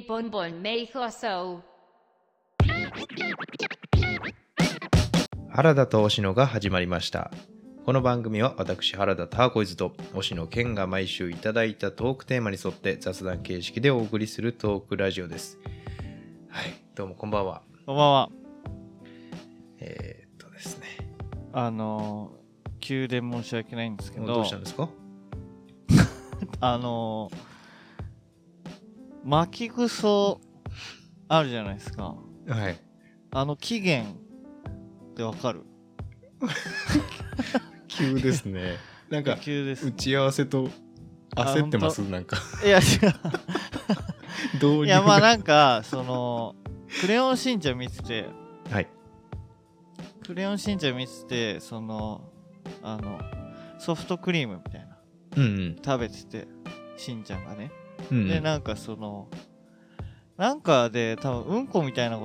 bun bun mejo so。 原田と押野が始まりました。この番組は私原田ターコイズと押野健が毎週いただいたトークテーマに沿って雑談形式でお送りするトークラジオです。はい、どうもこんばんは。 こんばんは。 ですね。 急で申し訳ないんですけど。 どうしたんですか？ 巻きぐそあるじゃないですか。 はい。 期限ってわかる？ 急ですね。なんか急です、 打ち合わせと焦ってます。なんかいや違う。どういやまあなんかクレヨンしんちゃん見てて、 はい。 クレヨンしんちゃん見ててソフトクリームみたいな、食べててしんちゃんがね、でなんかなんかで多分うんこみたいな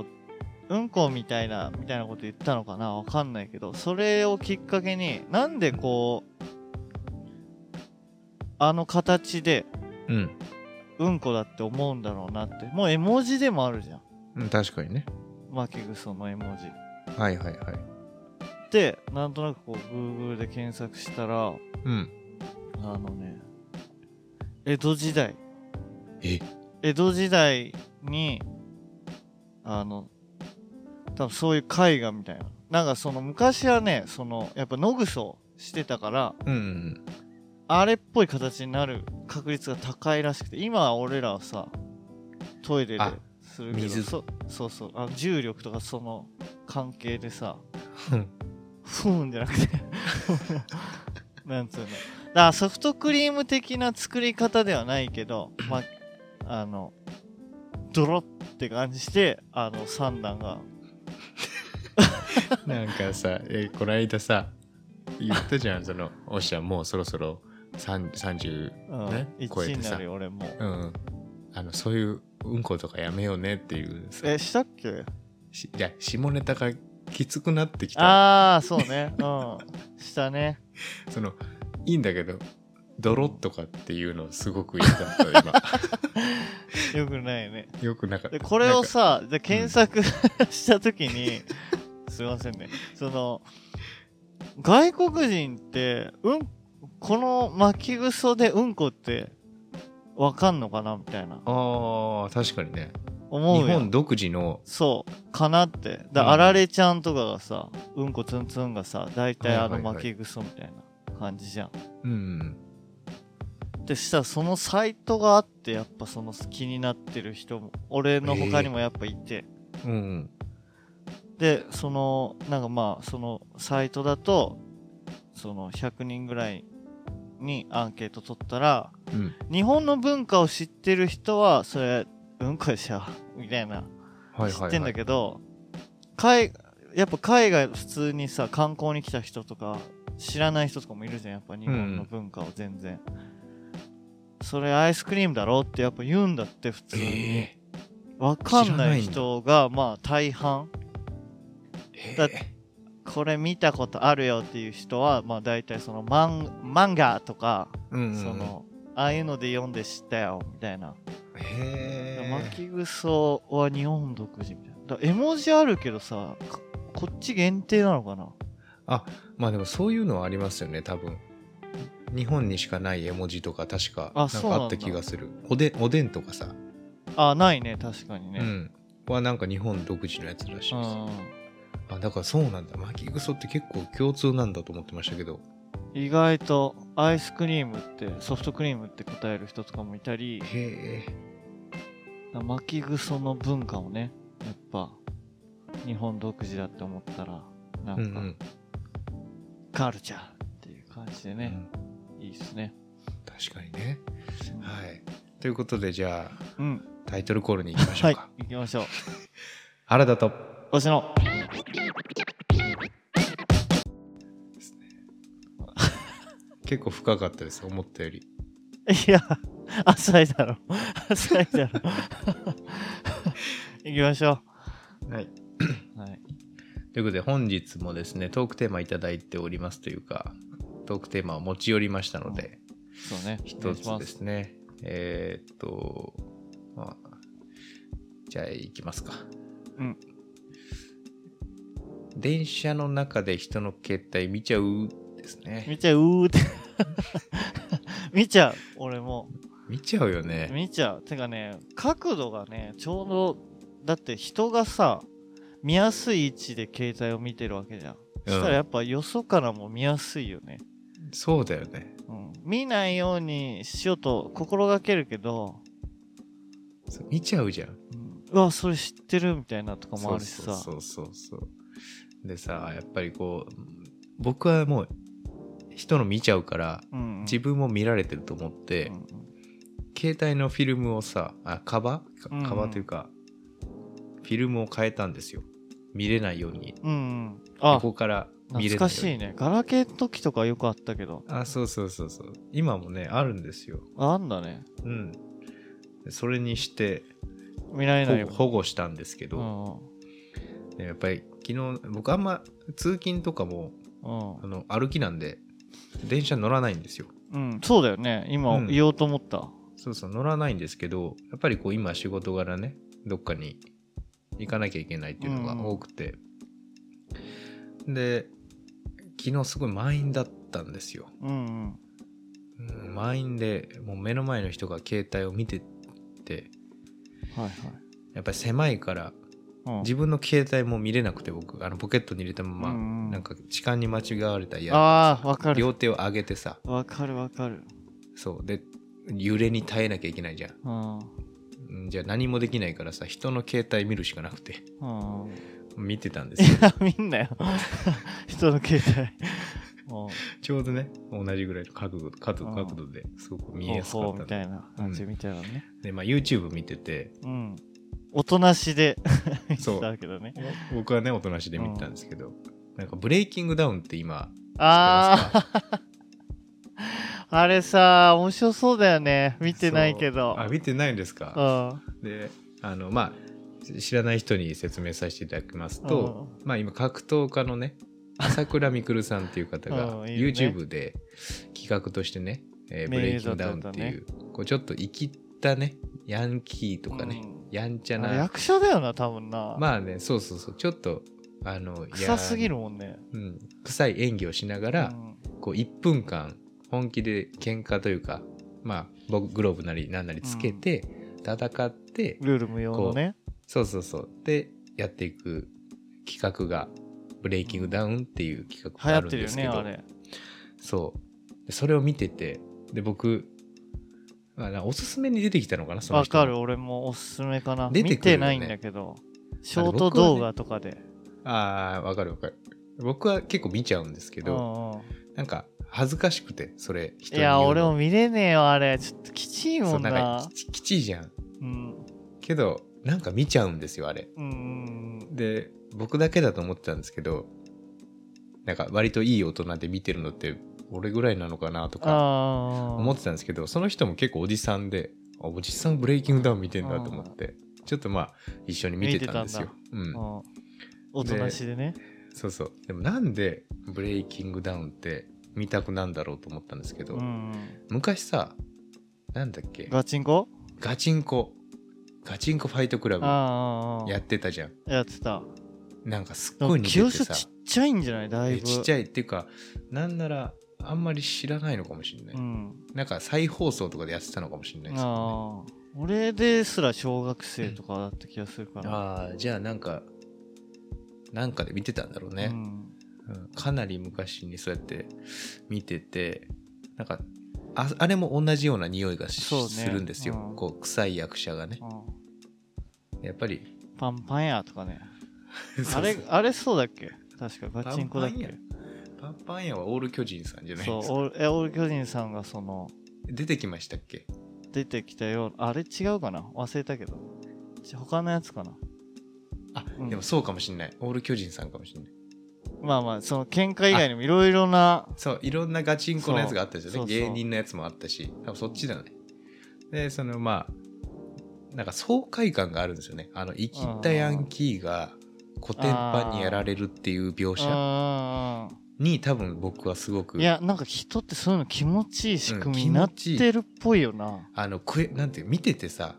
こと言ったのかな、わかんないけど、それをきっかけになんでこう形でうんこだって思うんだろうなって。もう絵文字でもあるじゃん。 確かにね。 巻きぐその絵文字。 はいはいはい。 でなんとなくこう Google で検索したら、江戸時代に多分そういう絵画みたいな、なんか昔はねやっぱ野ぐそしてたから、あれっぽい形になる確率が高いらしくて、今は俺らはさトイレでするけど、 水そう重力とかその関係でさふーんじゃなくてなんつうの、だからソフトクリーム的な作り方ではないけど、まあドロって感じして3段がなんかさ、この間さ言ったじゃん、おっしゃもうそろそろ30、ね、超えてさ、1 になるよ俺もう、 そういううんことかやめようねっていうさ。 したっけ？ いや下ネタがきつくなってきた。 ああそうね、したね。 いいんだけどドロッとかっていうのすごく嫌だった今。 よくないね。 よくなかった。 これをさじゃ検索、した時にすいませんね、外国人ってこの巻きぐそでうんこってわかんのかなみたいな。 確かにね。 思うよ。 日本独自のそうかなって。あられちゃんとかがさ、うんこツンツンがさ、大体巻きぐそみたいな感じじゃん。でしたらそのサイトがあって、やっぱ気になってる人も俺の他にもやっぱいて、でなんかまあサイトだと100人ぐらいにアンケート取ったら、日本の文化を知ってる人はそれうんこでしょみたいな知ってんだけど、やっぱ海外普通にさ観光に来た人とか知らない人とかもいるじゃん、やっぱ日本の文化を全然、それアイスクリームだろってやっぱ言うんだって、普通に。わかんない人がまあ大半だ。これ見たことあるよっていう人はまあ大体漫画とか、ああいうので読んで知ったよみたいな。巻きぐそは日本独自みたいな。絵文字あるけどさ、こっち限定なのかな。 まあでもそういうのはありますよね、多分。日本にしかない絵文字とか確かなんかあった気がする。おでんとかさ。 ないね、確かにね。 はなんか日本独自のやつらしいです。だからそうなんだ。巻きぐそって結構共通なんだと思ってましたけど。 意外とアイスクリームってソフトクリームって答える人とかもいたり。巻きぐその文化をね、やっぱ日本独自だって思ったらなんか、カルチャーっていう感じでね、いいですね。 確かにね。はい。ということでじゃあ、タイトルコールに行きましょうか。 はい、行きましょう。 原田と星野。 結構深かったです、思ったより。 いや、浅いだろ。浅いだろ。行きましょう。はい。 はい。 ということで本日もですね、トークテーマいただいておりますというか、トークテーマを持ち寄りましたので、 そうね。 一つですね。 じゃあ行きますか。 うん。 電車の中で人の携帯見ちゃうですね。 見ちゃうって見ちゃう。俺も見ちゃうよね。 見ちゃう。てかね、角度がね、ちょうど、だって人がさ、見やすい位置で携帯を見てるわけじゃん。そしたらやっぱよそからも見やすいよね。 そうだよね。 うん。見ないようにしようと心がけるけど、 見ちゃうじゃん。 うわ、それ知ってるみたいなとかもあるしさ。 そうそうそうでさ、やっぱりこう僕はもう人の見ちゃうから、自分も見られてると思って、携帯のフィルムをさ、カバーというか、フィルムを変えたんですよ。見れないように。ここから見れないように。 懐かしいね。ガラケーの時とかよくあったけど。 そう今もねあるんですよ。 あんだね。 それにして見られないよ保護したんですけど、やっぱり昨日僕あんま通勤とかも、歩きなんで電車乗らないんですよ。 そうだよね。今言おうと思った。 そう乗らないんですけど、やっぱりこう今仕事柄ねどっかに行かなきゃいけないっていうのが多くて、で昨日すごい満員だったんですよ。満員でもう目の前の人が携帯を見てて、やっぱり狭いから、自分の携帯も見れなくて、僕ポケットに入れたまま、なんか時間に間違われたら嫌だ。 わかる。 両手を上げてさ。 わかる。 そうで揺れに耐えなきゃいけないじゃん。じゃあ何もできないからさ、人の携帯見るしかなくて、見てたんですよ。 いや見んなよ人の携帯ちょうどね同じぐらいの角度ですごく見えやすかったみたいな感じみたいなね。 でYouTube 見てて、 おとなしで見てたけどね。 僕はねおとなしで見てたんですけど、なんかブレイキングダウンって今あれさ面白そうだよね。見てないけど。 見てないんですか。でまあ知らない人に説明させていただきますと、今格闘家のね朝倉未来さんっていう方がYouTube で企画としてね、ブレイキングダウンっていう、こうちょっと生きったねヤンキーとかね、やんちゃな役者だよな多分な。 まあね、そうちょっと臭すぎるもんね。 臭い演技をしながら、こう1分間本気で喧嘩というか、僕グローブなりなんなりつけて戦って、 ルール無用のね。 そうでやっていく企画がブレイキングダウンっていう企画があるんですけど、 流行ってるよねあれ。 そうそれを見てて、で僕おすすめに出てきたのかな、その人。 わかる、俺もおすすめかな。 出てくるよね、 見てないんだけどショート動画とかで。 わかる。僕は結構見ちゃうんですけど、なんか恥ずかしくて、それ人に言うの。 いや俺も見れねえよあれ、ちょっときちいもんな。 なんかきちいじゃん。けどなんか見ちゃうんですよあれ。で僕だけだと思ってたんですけど、なんか割といい大人で見てるのって俺ぐらいなのかなとか思ってたんですけど、その人も結構おじさんで、おじさんブレイキングダウン見てんだと思って、ちょっと一緒に見てたんですよ。 おとなしでね。 そうでもなんでブレイキングダウンって見たくなんだろうと思ったんですけど、昔さ、なんだっけ、ガチンコファイトクラブやってたじゃん。 やってた。 なんかすっごい似ててさ、 ちっちゃいんじゃない？だいぶちっちゃいっていうか、なんならあんまり知らないのかもしれない、なんか再放送とかでやってたのかもしれないですけどね。 俺ですら小学生とかだった気がするから。 じゃあなんかで見てたんだろうね。かなり昔にそうやって見てて、なんかあれも同じような匂いがするんですよ、こう臭い役者がね。やっぱりパンパンやとかねあれそうだっけ、確かガチンコだっけ。 パンパン屋はオール巨人さんじゃないですか。 オール巨人さんが出てきましたっけ。 出てきたよ。あれ違うかな、忘れたけど。他のやつかな。 でもそうかもしんない。オール巨人さんかもしんない。 その喧嘩以外にもいろいろな、 いろんなガチンコのやつがあったじゃんね。芸人のやつもあったし、多分そっちだね。でなんか爽快感があるんですよね。生きったヤンキーがコテンパンにやられるっていう描写に多分僕はすごく、 いやなんか人ってそういうの気持ちいい仕組みになってるっぽいよな。 なんていう、見ててさ、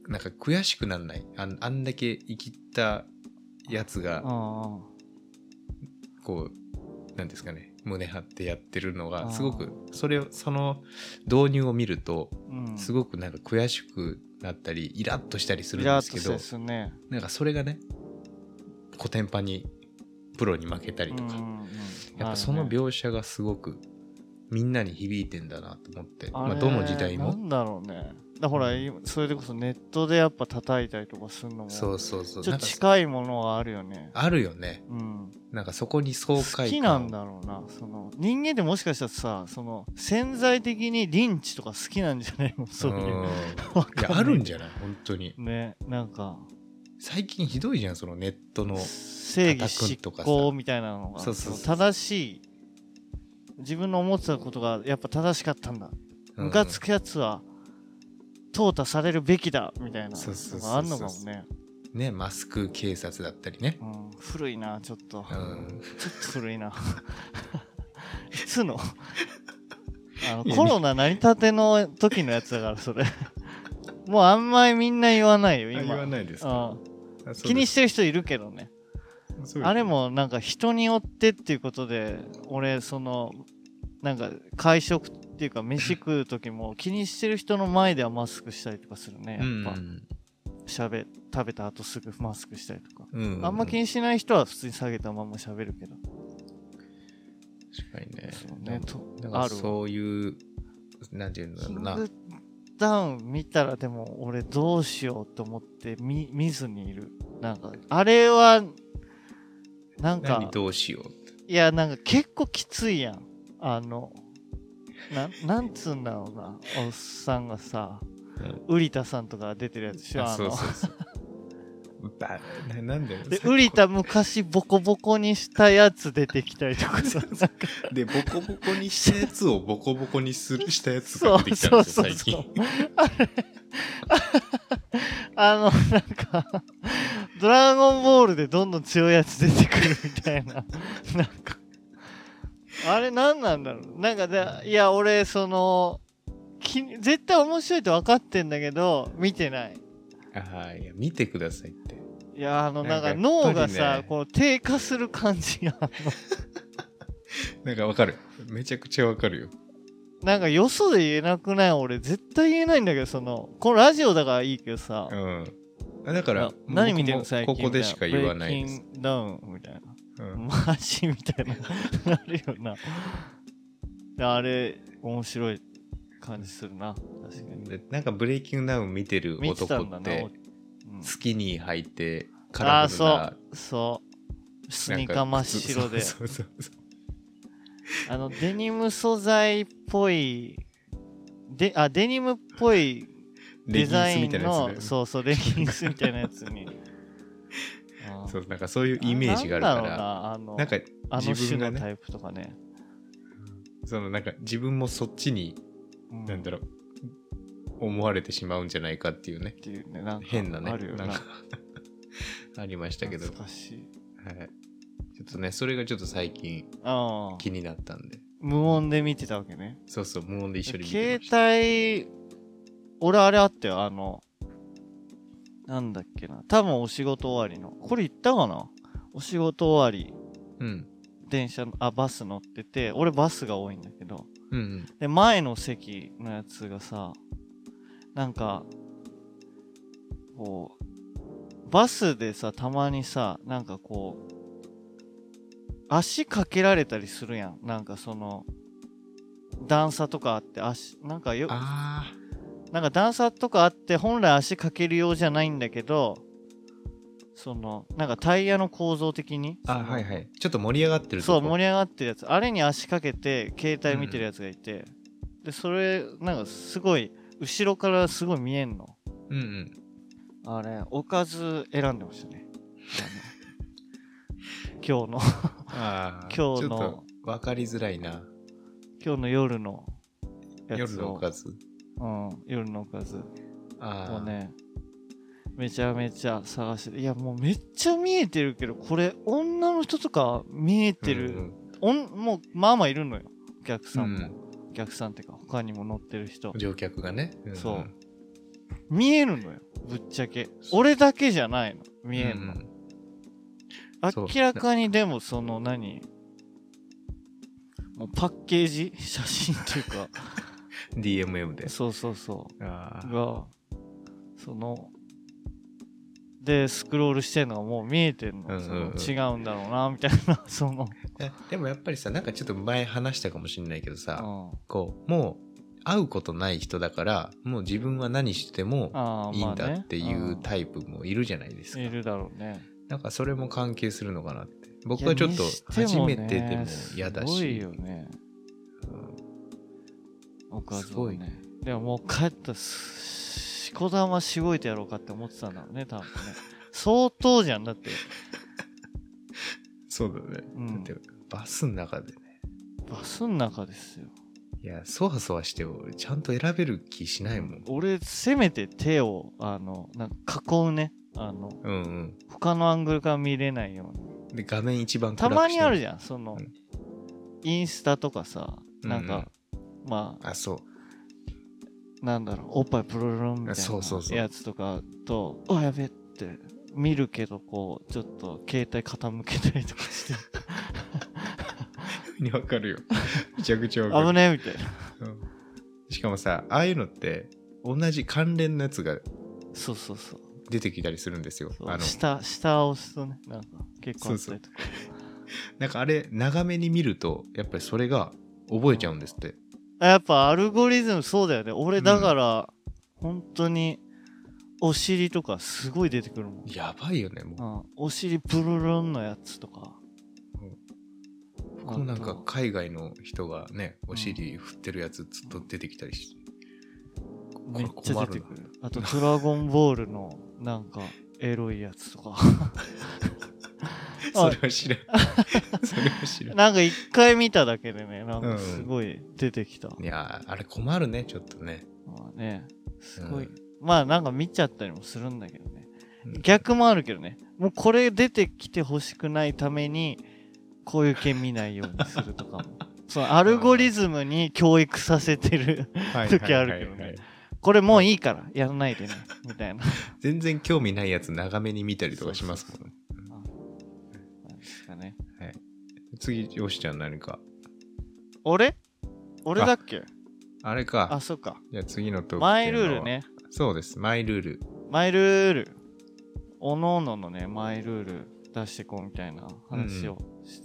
なんか悔しくなんない？あんだけ生きったやつがこうなんですかね、胸張ってやってるのがすごく、その導入を見るとすごくなんか悔しくなったりイラッとしたりするんですけど、 ね、 なんかそれがねコテンパンにプロに負けたりとか、やっぱその描写がすごくみんなに響いてんだなと思って、まあ、どの時代もなんだろうね。ほら、それでこそネットでやっぱ叩いたりとかするのもそうちょっと近いものはあるよね。 あるよね、なんかそこに爽快感好きなんだろうな。その人間ってもしかしたらさ、その潜在的にリンチとか好きなんじゃないの？そういう。 いやあるんじゃない本当にね。なんか最近ひどいじゃん、そのネットの正義執行みたいなのが正しい、自分の思ってたことがやっぱ正しかったんだ、ムカつくやつは淘汰されるべきだみたいなのがあんのかもね。 ね、マスク警察だったりね、 古いなちょっと、ちょっと古いな。いつのコロナ成り立ての時のやつだからそれ。もうあんまりみんな言わないよ今。 言わないですか？ 気にしてる人いるけどね。あれもなんか人によってっていうことで、俺そのなんか会食っていうか飯食う時も気にしてる人の前ではマスクしたりとかするね。やっぱ食べた後すぐマスクしたりとか、あんま気にしない人は普通に下げたまま喋るけど。 確かにね。 そうね、 だからそういうなんていうんだろうな。 キングダウン見たらでも俺どうしようと思って見ずにいる。なんかあれはなんか何どうしようって。 いやなんか結構きついやん。なんつうんだろうな、おっさんがさ、瓜田さんとか出てるやつでしょ。 そうなんで瓜田昔ボコボコにしたやつ出てきたりとかさでボコボコにしたやつをボコボコにしたやつが出てきたんですよ最近。 なんかドラゴンボールでどんどん強いやつ出てくるみたいな。なんかあれ何なんだろう。なんかいや俺その絶対面白いと分かってんだけど見てない。 いや見てくださいって。 いやなんか脳がさ、こう低下する感じがなんかわかる、めちゃくちゃわかるよ。 なんかよそで言えなくない？俺絶対言えないんだけど、このラジオだからいいけどさ、 だから何見てるの最近？ ここでしか言わないです。 ブレイキンダウンみたいな、マジみたいななるよな。あれ面白い感じするな。確かに。 でなんかブレイキングダウン見てる男ってスキニー履いてカラフルな、 そうスニーカー真っ白で、デニム素材っぽいデニムっぽいデザインのレギンスみたいなやつにそうなんかそういうイメージがあるからなんか自分がね、 タイプとかね、 なんか自分もそっちに、なんだろう思われてしまうんじゃないかっていうね、なんか変なね、なんかありましたけど、 懐かしい。 はい、ちょっとねそれがちょっと最近気になったんで、 無音で見てたわけね。 そう無音で一緒に見てました。 携帯俺あれあったよ、なんだっけな、多分お仕事終わりの、これ言ったかな、お仕事終わり、電車バス乗ってて、俺バスが多いんだけど、で前の席のやつがさ、なんかこうバスでさたまにさ、なんかこう足かけられたりするやん。なんかその段差とかあってなんか段差とかあって本来足かけるようじゃないんだけど、なんかタイヤの構造的にちょっと盛り上がってるとこ、 そう盛り上がってるやつ、あれに足かけて携帯見てるやつがいて、でそれなんかすごい後ろからすごい見えんの。あれおかず選んでましたね。今日のちょっと分かりづらいな。 今日の夜のやつを、 夜のおかず、 夜のおかずをねめちゃめちゃ探して、いやもうめっちゃ見えてるけど、これ女の人とか見えてる、もうまあまあいるのよ、お客さんも、お客さんってか他にも乗ってる人、 乗客がね、 そう見えるのよ、ぶっちゃけ。俺だけじゃないの、見えんの。 そう明らかにでもその何もうパッケージ写真っていうか DMM で。 そうそうそうあーがそのでスクロールしてんのがもう見えてんの、その違うんだろうなみたいなそのでもやっぱりさ、なんかちょっと前話したかもしれないけどさ、 うんこうもう会うことない人だからもう自分は何してもいいんだっていうタイプもいるじゃないですか。 いるだろうね。 なんかそれも関係するのかなって。僕はちょっと初めてでも嫌だし。 すごいよね。おかずをね。でももう帰ったしこたましごいてやろうかって思ってたんだろうね、多分ね。相当じゃん、だって。 そうだね。だってバスの中でね。 バスの中ですよ。 いや、そわそわしてちゃんと選べる気しないもん。 俺、せめて手を、なんか囲うね。他のアングルから見れないように。 で、画面一番暗くして。 たまにあるじゃん、その、インスタとかさ、なんか、まあ、なんだろう、おっぱいプルルンみたいなやつとかと、あ、やべって見るけど、こう、ちょっと携帯傾けたりとかして。 にわかるよ。めちゃくちゃわかる。 危ねえみたいな。 しかもさ、ああいうのって同じ関連のやつがそうそうそう出てきたりするんですよ。 下を押すとね、なんか結構あったりとか。 なんかあれ長めに見るとやっぱりそれが覚えちゃうんですって。 やっぱアルゴリズムそうだよね。俺だから、本当にお尻とかすごい出てくるもん。 やばいよね、もう。お尻プルルンのやつとか。 僕もなんか海外の人がね、お尻振ってるやつずっと出てきたりして。 めっちゃ出てくる。あとドラゴンボールのなんかエロいやつとか。 それは知らん。それは知らん。 なんか一回見ただけでね、なんかすごい出てきた。 いやー、あれ困るね、ちょっとね。 まあね、すごい。まあなんか見ちゃったりもするんだけどね。逆もあるけどね。もうこれ出てきてほしくないために、こういう系見ないようにするとかも。そのアルゴリズムに教育させてる時あるけどね。これもういいからやらないでね、みたいな。 全然興味ないやつ長めに見たりとかしますもんね。 ね、 はい、次、よしちゃん何か。 俺だっけ？ あれか。 あ、そっか。 じゃあ次のトーク。 マイルールね。 そうです、マイルール。 マイルール。おのおののね、マイルール出してこうみたいな話をして。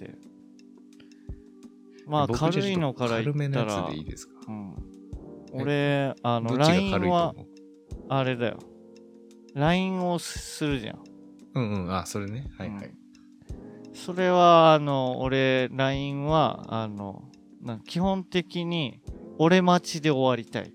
まあ、軽いのから言ったら。 軽めのやつでいいですか？ 俺、LINE は、あれだよ。LINE をするじゃん。 あ、それね。はいはい。 それは、俺、LINE は、基本的に、俺待ちで終わりたい。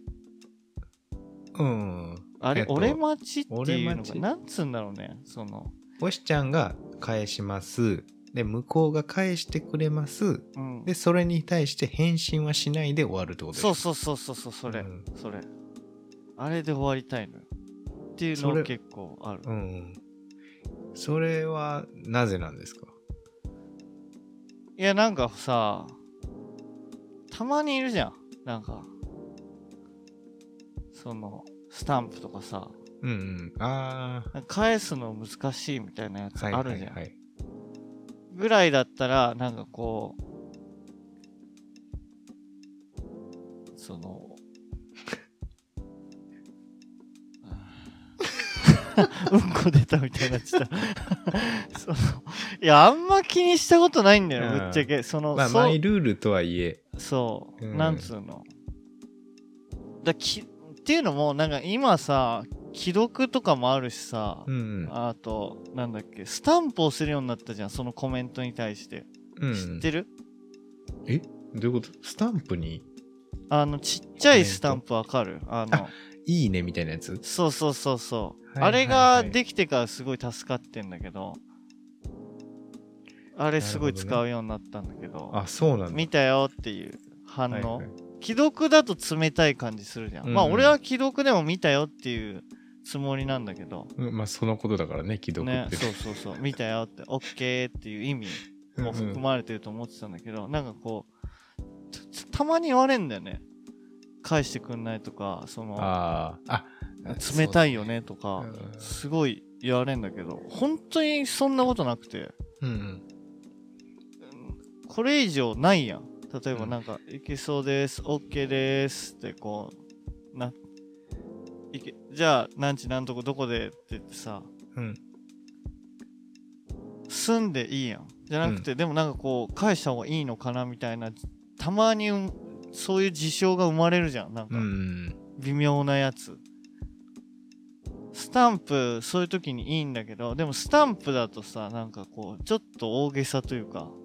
あれ、俺待ちっていうのが、なんつうんだろうね。 おしちゃんが返します。で、向こうが返してくれます。で、それに対して返信はしないで終わるってことですか？ そう、それ。あれで終わりたいのよ。っていうの結構ある。 それは、なぜなんですか？ いや、なんかさ、たまにいるじゃん。なんか、スタンプとかさ、返すの難しいみたいなやつあるじゃん。ぐらいだったら、なんかこう、うんこ出たみたいになっちゃった。いや、あんま気にしたことないんだよ、ぶっちゃけ。 まあ、マイルールとはいえ。 そう、なんつうの。っていうのも、なんか今さ、既読とかもあるしさ、あと、なんだっけ、スタンプをするようになったじゃん、そのコメントに対して。知ってる？ どういうこと？スタンプにちっちゃいスタンプわかる？ いいねみたいなやつ？ そう。あれができてからすごい助かってんだけど、あれすごい使うようになったんだけど、 あ、そうなんだ。 見たよっていう反応。既読だと冷たい感じするじゃん。まあ俺は既読でも見たよっていうつもりなんだけど。 まあそのことだからね、既読って。 ね、そう。見たよって、オッケーっていう意味も含まれてると思ってたんだけど、なんかこう、たまに言われんだよね。 返してくんないとか、 あ冷たいよねとか、 うんすごい言われんだけど、本当にそんなことなくて、 うんうんこれ以上ないやん。例えばなんか、いけそうです、OK ですってこう、じゃあ何時何とこどこでって言ってさ、 うん住んでいいやん。じゃなくて、でもなんかこう、返した方がいいのかなみたいな、たまにそういう事象が生まれるじゃん。なんか、微妙なやつ。スタンプ、そういう時にいいんだけど、でもスタンプだとさ、なんかこう、ちょっと大げさというか。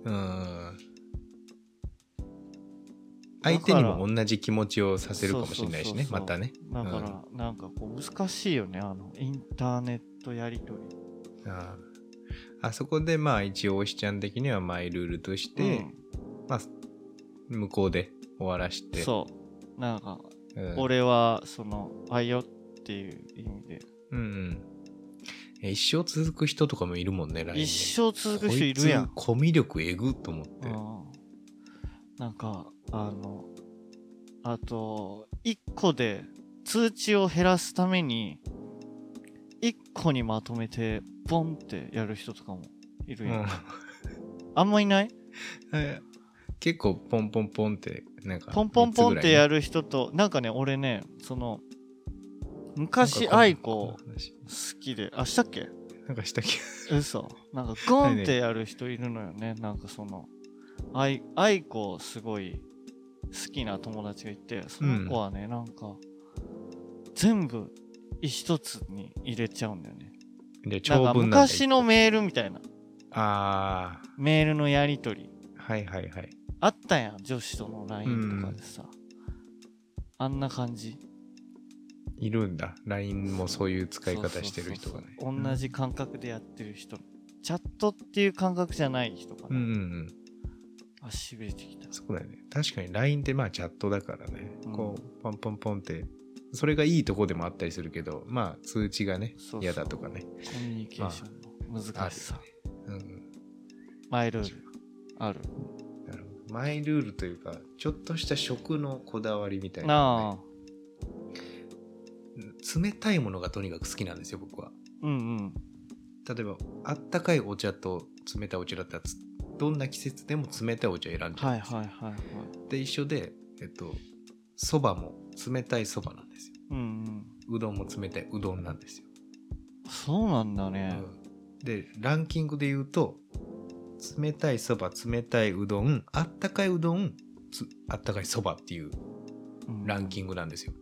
相手にも同じ気持ちをさせるかもしれないしね、またね。 だから、なんかこう、難しいよね、インターネットやりとり。 あそこでまあ一応おしちゃん的にはマイルールとして、まあ向こうで終わらしてそうなんか、俺はあいよっていう意味で一生続く人とかもいるもんね。 一生続く人いるやん。 コミュ力えぐと思って、 なんかあと1個で通知を減らすために1個にまとめてポンってやる人とかもいるやん。あんまいない？ 結構ポンポンポンってなんかポンポンポンってやる人と、なんかね、俺ね、昔アイコ好きで、したっけ？ なんかしたっけ？嘘。なんかゴンってやる人いるのよね。なんかアイコすごい好きな友達がいて、その子はね、なんか全部一つに入れちゃうんだよね。 で、 なんか昔のメールみたいな。メールのやりとり。 はいはいはい。 あったやん、女子との LINE とかでさ。あんな感じ。 いるんだ。LINE もそういう使い方してる人がね。 同じ感覚でやってる人。チャットっていう感覚じゃない人かな。しびれてきた。 そうだよね。確かに LINE ってまあチャットだからね。こう、ポンポンポンって、それがいいとこでもあったりするけど、まあ通知がね、嫌だとかね。 コミュニケーションの難しさ。マイルールある。 なるほど。マイルールというか、ちょっとした食のこだわりみたいな、冷たいものがとにかく好きなんですよ、僕は。例えば、あったかいお茶と冷たいお茶だったら、どんな季節でも冷たいお茶選んじゃうんですよ。で、一緒で、そばも冷たいそばなんですよ。うどんも冷たいうどんなんですよ。 そうなんだね。 で、ランキングで言うと、冷たいそば、冷たいうどん、あったかいうどん、あったかいそばっていうランキングなんですよ。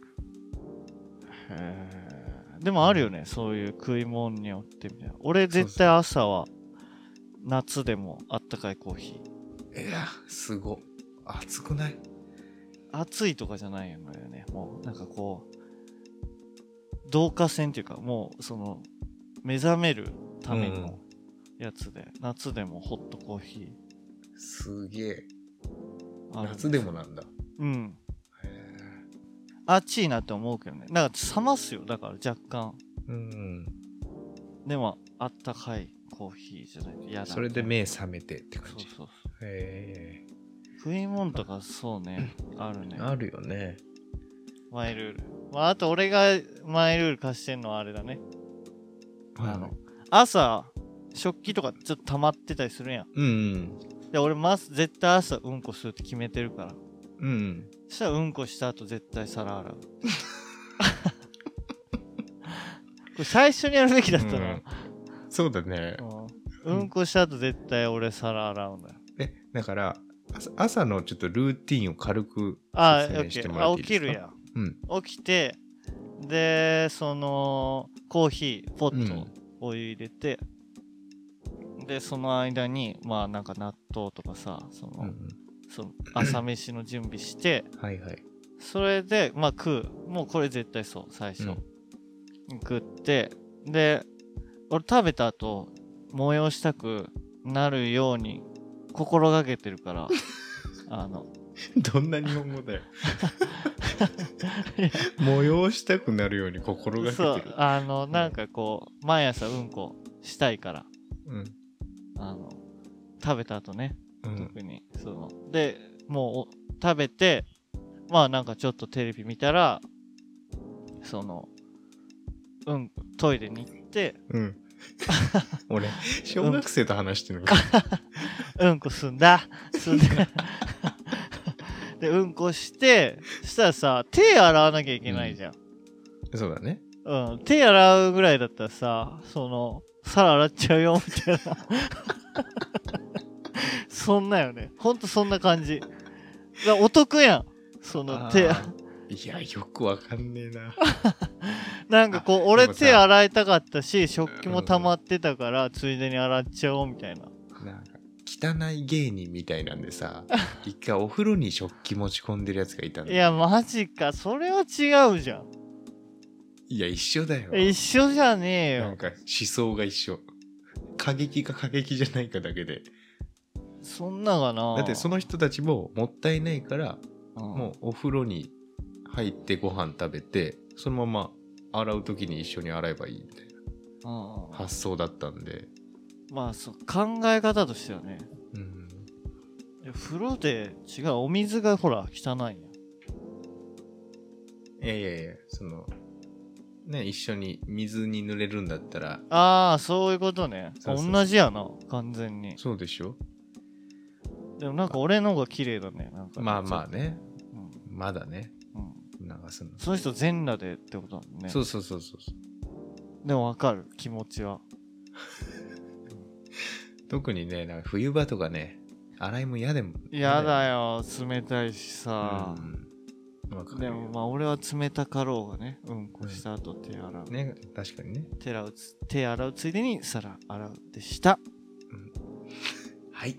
でもあるよね、そういう食い物によってみたいな。俺絶対朝は夏でもあったかいコーヒー。いや、すご。暑くない？ 暑いとかじゃないよね。もうなんかこう、導火線っていうか、もう目覚めるためのやつで、夏でもホットコーヒー。 すげえ。夏でもなんだ。 暑いなって思うけどね。だから冷ますよ、だから若干。でもあったかいコーヒーじゃないと嫌だ。 それで目覚めてって感じ。 そう。食い物とかそうね、あるね。 あるよね。 マイルール。あと俺がマイルール貸してんのはあれだね。朝、食器とかちょっと溜まってたりするやん。で、俺絶対朝うんこするって決めてるから。そしたらうんこした後絶対皿洗う。これ最初にやるべきだったな。 そうだね。 うんこした後絶対俺皿洗うんだよ。 だから朝のちょっとルーティンを軽く説明してもらっていいですか？ 起きるやん。起きて、で、コーヒー、ポット、お湯入れて、で、その間に、まあなんか納豆とかさ、朝飯の準備して、それで、まあ食う。もうこれ絶対そう、最初。食って、で、俺食べた後、催したくなるように心がけてるから、 どんな日本語だよ。催したくなるように心がけてる。 そう、なんかこう、毎朝うんこしたいから。食べた後ね。特に。で、もう食べて、 まあなんかちょっとテレビ見たらトイレに行ってうん俺小学生と話してるのか、 うんこすんだでうんこしてしたらさ手洗わなきゃいけないじゃん、 そうだね。 手洗うぐらいだったらさ皿洗っちゃうよみたいなそんなよね、ほんとそんな感じだ、お得やん手いやよくわかんねえななんかこう俺でもさ手洗いたかったし食器も溜まってたからついでに洗っちゃおうみたいな。 なんか汚い芸人みたいなんでさ一回お風呂に食器持ち込んでるやつがいたんだ。 いやマジか、それは違うじゃん。 いや一緒だよ。 一緒じゃねえよ。 なんか思想が一緒。過激か過激じゃないかだけで。 そんながな。 だってその人たちももったいないから、 うんもうお風呂に入ってご飯食べてそのまま洗う時に一緒に洗えばいいみたいなうん発想だったんで、 まあそう考え方としてはね。 うん、 いや風呂で違う、お水がほら汚いやん。 いやね一緒に水に濡れるんだったらああそういうことね。 そうそうそう同じやな完全に。 そうでしょ。 でもなんか俺の方が綺麗だねなんか。 まあまあね、 うんまだねうん、 流すの。 その人全裸でってことだもんね。 そうそうそうそう。 でもわかる気持ちは。 特にねなんか冬場とかね洗いも嫌でもやだよ冷たいしさ、 わかるよでもまあ俺は冷たかろうがね、うんこした後手洗う、 ね確かにね。 手洗うついでに皿洗うでした。 はい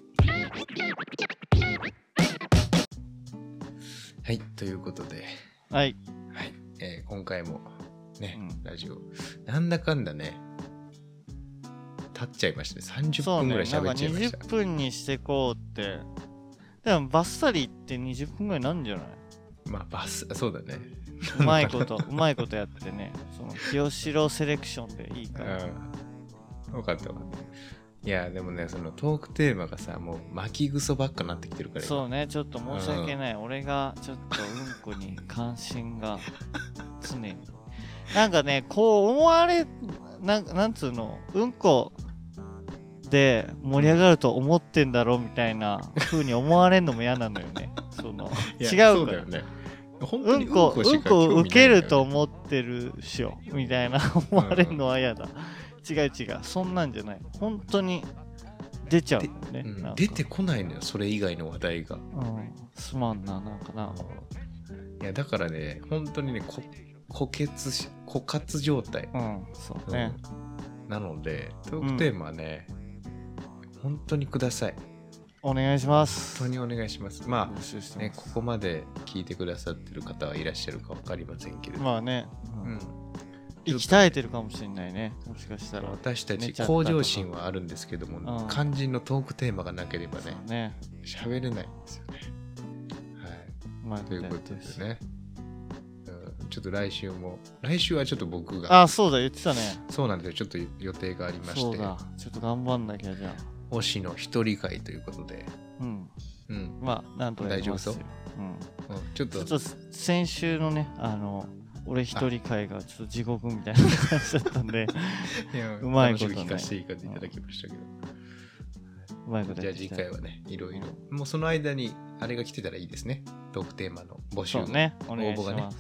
はいということで、 はい、 はい今回もね、 うんラジオなんだかんだね経っちゃいましたね。30 そうね、 分ぐらいなんか喋っちゃいました。 20分にしてこうってでもバッサリって20分ぐらいなんじゃないまあそうだね。 うまいことやってね、その清志郎セレクションでいいから。 分かった分かった。いやでもねそのトークテーマがさもう巻きぐそばっかなってきてるから。 そうね、ちょっと申し訳ない、俺がちょっとうんこに関心が常になんかねこう思われなんつうの、うんこで盛り上がると思ってんだろみたいな風に思われんのも嫌なのよねいや違うからそうだよね。本当にうんこしか興味ないんだよね受けると思ってるっしょみたいな思われるのは嫌だ、違うそんなんじゃない、本当に出ちゃうのね、なんか出てこないのよそれ以外の話題が。 すまんな、なんかな。 いやだからね本当にね枯渇状態、 そうね、 なのでトークテーマはね、本当にください。 お願いします。 本当にお願いします。ま募集してあねますここまで聞いてくださってる方はいらっしゃるか分かりませんけれど、 まあね、 うん鍛えてるかもしれないね、もしかしたら。 私たち寝ちゃったとか向上心はあるんですけども、肝心のトークテーマがなければねそうね、 喋れないんですよね。 まあということですね、ちょっと来週はちょっと僕があ、そうだ、言ってたね。 そうなんですよ、ちょっと予定がありまして、 そうだ、ちょっと頑張んなきゃじゃあ。 推しの一人会ということで、 まあなんとかやりますよ。 ちょっと先週のね、俺一人会がちょっと地獄みたいな感じだったんでうまいことね楽しく聞かせていただきましたけど、 うまいことじゃあ次回はねいろいろもうその間にあれが来てたらいいですね、トークテーマの募集そうね、お応願いし募がね、 ます。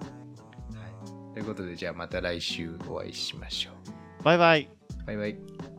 ということでじゃあまた来週お会いしましょう。 バイバイ。 バイバイ。